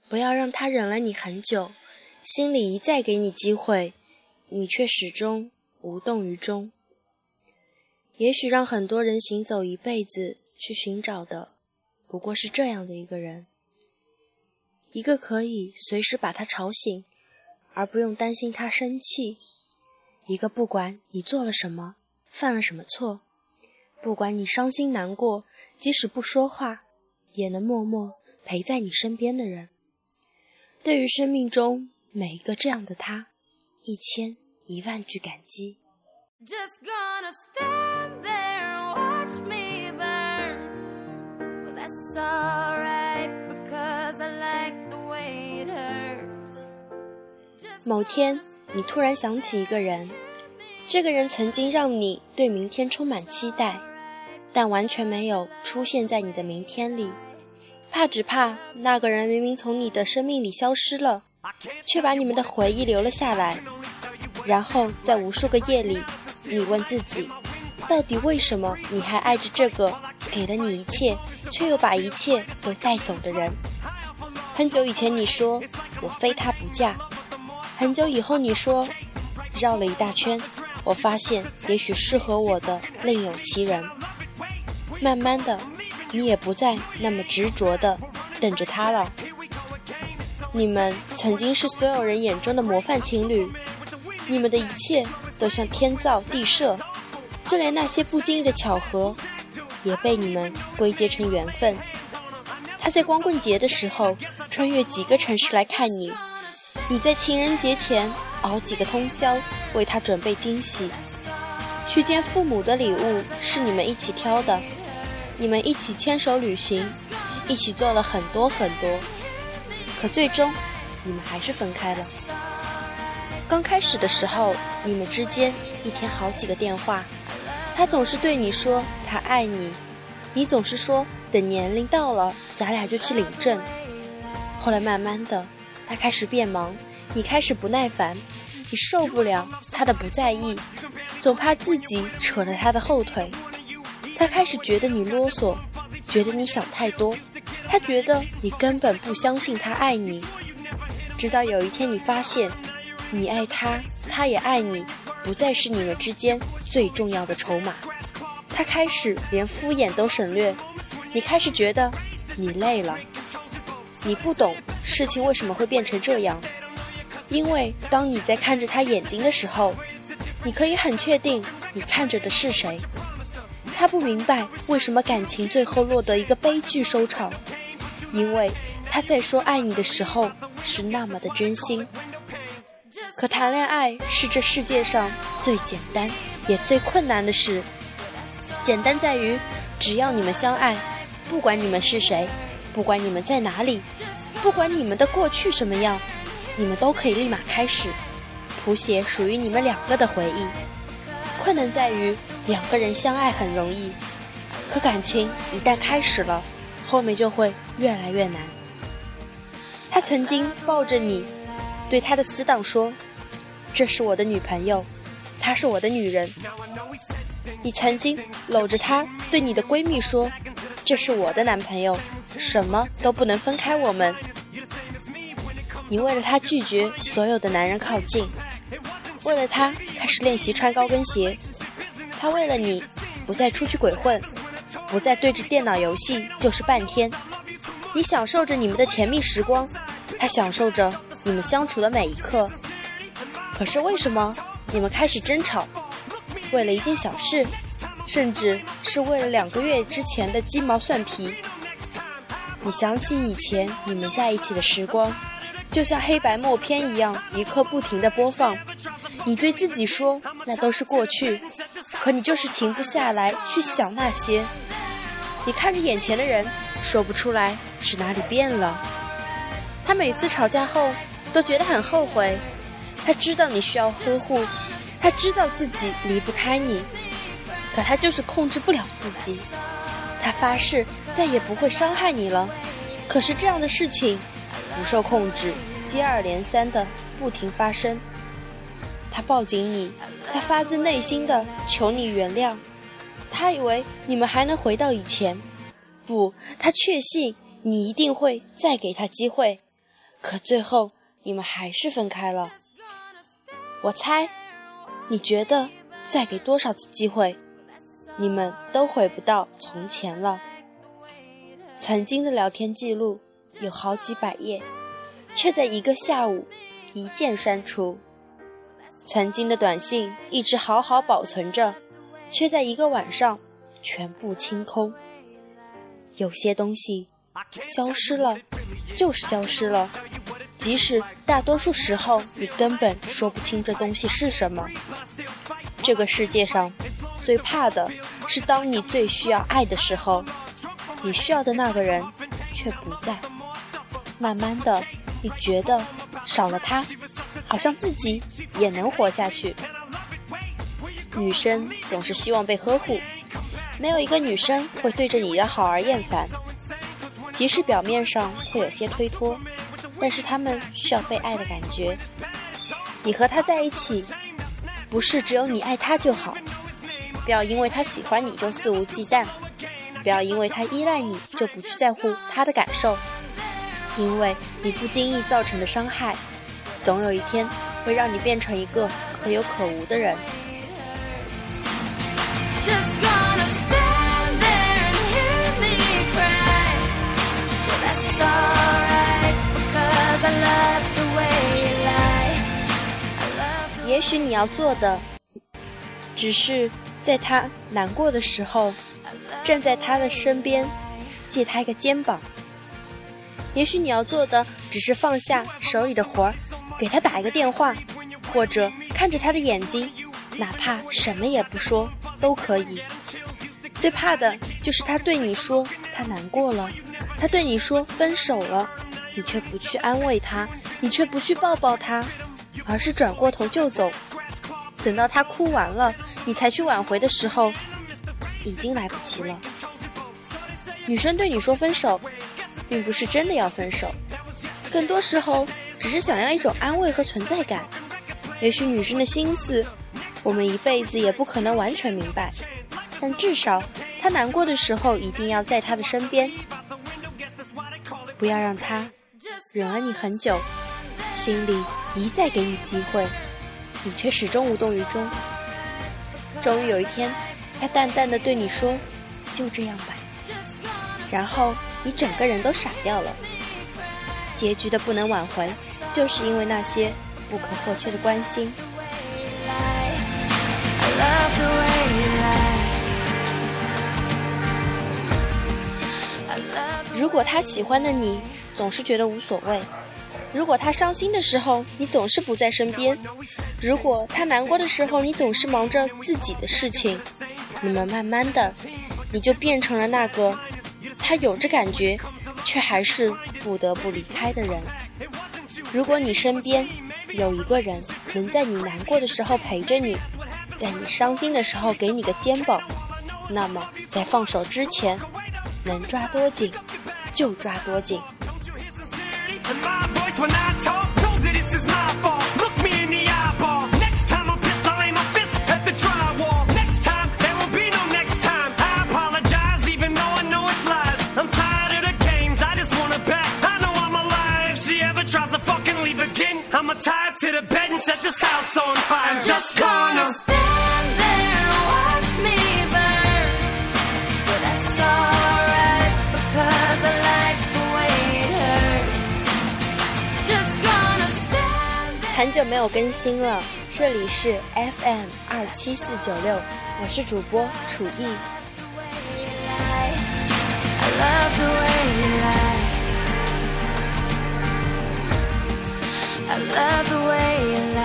不要让他忍了你很久，心里一再给你机会，你却始终无动于衷。也许让很多人行走一辈子去寻找的，不过是这样的一个人，一个可以随时把他吵醒，而不用担心他生气，一个不管你做了什么，犯了什么错，不管你伤心难过，即使不说话，也能默默陪在你身边的人。对于生命中每一个这样的他，1000、10000句感激。 Just gonna stand there and watch me burn. Well, that's alright because I like the way it hurts. 某天，你突然想起一个人，这个人曾经让你对明天充满期待，但完全没有出现在你的明天里。只怕那个人明明从你的生命里消失了，却把你们的回忆留了下来。然后在无数个夜里，你问自己，到底为什么你还爱着这个给了你一切却又把一切都带走的人？很久以前你说我非他不嫁，很久以后你说绕了一大圈，我发现也许适合我的另有其人。慢慢的，你也不再那么执着的等着他了。你们曾经是所有人眼中的模范情侣，你们的一切都像天造地设，就连那些不经意的巧合也被你们归结成缘分。他在光棍节的时候穿越几个城市来看你，你在情人节前熬几个通宵为他准备惊喜。去见父母的礼物是你们一起挑的，你们一起牵手旅行，一起做了很多很多，可最终你们还是分开了。刚开始的时候，你们之间一天好几个电话，他总是对你说他爱你，你总是说等年龄到了咱俩就去领证。后来慢慢的，他开始变忙，你开始不耐烦，你受不了他的不在意，总怕自己扯了他的后腿。他开始觉得你啰嗦，觉得你想太多，他觉得你根本不相信他爱你。直到有一天你发现，你爱他，他也爱你，不再是你们之间最重要的筹码。他开始连敷衍都省略，你开始觉得你累了。你不懂事情为什么会变成这样，因为当你在看着他眼睛的时候，你可以很确定你看着的是谁。他不明白为什么感情最后落得一个悲剧收场，因为他在说爱你的时候是那么的真心。可谈恋爱是这世界上最简单也最困难的事。简单在于，只要你们相爱，不管你们是谁，不管你们在哪里，不管你们的过去什么样，你们都可以立马开始谱写属于你们两个的回忆。困难在于，两个人相爱很容易，可感情一旦开始了，后面就会越来越难。他曾经抱着你，对他的死党说，这是我的女朋友，她是我的女人。你曾经搂着她，对你的闺蜜说，这是我的男朋友，什么都不能分开我们。你为了他拒绝所有的男人靠近，为了他开始练习穿高跟鞋，他为了你不再出去鬼混，不再对着电脑游戏就是半天。你享受着你们的甜蜜时光，他享受着你们相处的每一刻。可是为什么你们开始争吵？为了一件小事，甚至是为了2个月之前的鸡毛蒜皮。你想起以前你们在一起的时光，就像黑白默片一样，一刻不停地播放。你对自己说那都是过去，可你就是停不下来去想那些。你看着眼前的人，说不出来是哪里变了。他每次吵架后都觉得很后悔，他知道你需要呵护，他知道自己离不开你，可他就是控制不了自己。他发誓再也不会伤害你了，可是这样的事情不受控制，接二连三的不停发生。他抱紧你，他发自内心的求你原谅，他以为你们还能回到以前，不，他确信你一定会再给他机会， 可最后你们还是分开了。我猜，你觉得再给多少次机会，你们都回不到从前了。曾经的聊天记录有好几百页，却在一个下午一键删除。曾经的短信一直好好保存着，却在一个晚上全部清空。有些东西消失了就是消失了，即使大多数时候你根本说不清这东西是什么。这个世界上最怕的是当你最需要爱的时候，你需要的那个人却不在。慢慢的，你觉得少了他，好像自己也能活下去。女生总是希望被呵护，没有一个女生会对着你的好而厌烦。即使表面上会有些推脱，但是她们需要被爱的感觉。你和他在一起，不是只有你爱他就好，不要因为他喜欢你就肆无忌惮，不要因为他依赖你就不去在乎他的感受，因为你不经意造成的伤害，总有一天会让你变成一个可有可无的人。也许你要做的只是在他难过的时候站在他的身边，借他一个肩膀。也许你要做的只是放下手里的活儿，给他打一个电话，或者看着他的眼睛，哪怕什么也不说都可以。最怕的就是他对你说他难过了，他对你说分手了，你却不去安慰他，你却不去抱抱他，而是转过头就走。等到他哭完了，你才去挽回的时候，已经来不及了。女生对你说分手，并不是真的要分手，更多时候只是想要一种安慰和存在感。也许女生的心思，我们一辈子也不可能完全明白，但至少她难过的时候，一定要在她的身边，不要让她忍了你很久，心里一再给你机会，你却始终无动于衷。终于有一天，他淡淡的对你说就这样吧，然后你整个人都傻掉了。结局的不能挽回，就是因为那些不可或缺的关心。如果他喜欢的你总是觉得无所谓，如果他伤心的时候你总是不在身边，如果他难过的时候你总是忙着自己的事情，那么慢慢的你就变成了那个他有着感觉却还是不得不离开的人。如果你身边有一个人能在你难过的时候陪着你，在你伤心的时候给你个肩膀，那么在放手之前能抓多紧就抓多紧。When I talk, told you this is my fault. Look me in the eyeball. Next time I'm pissed, I'll aim my fist at the drywall. Next time, there will be no next time. I apologize, even though I know it's lies. I'm tired of the games, I just wanna bet. I know I'm alive. If she ever tries to fucking leave again, I'ma tie her to the bed and set this house on fire. I'm just gonna stand there and watch me burn. But that's alright, because I like the way it hurts.很久没有更新了，这里是 FM 27496，我是主播楚艺。I love the way you lie.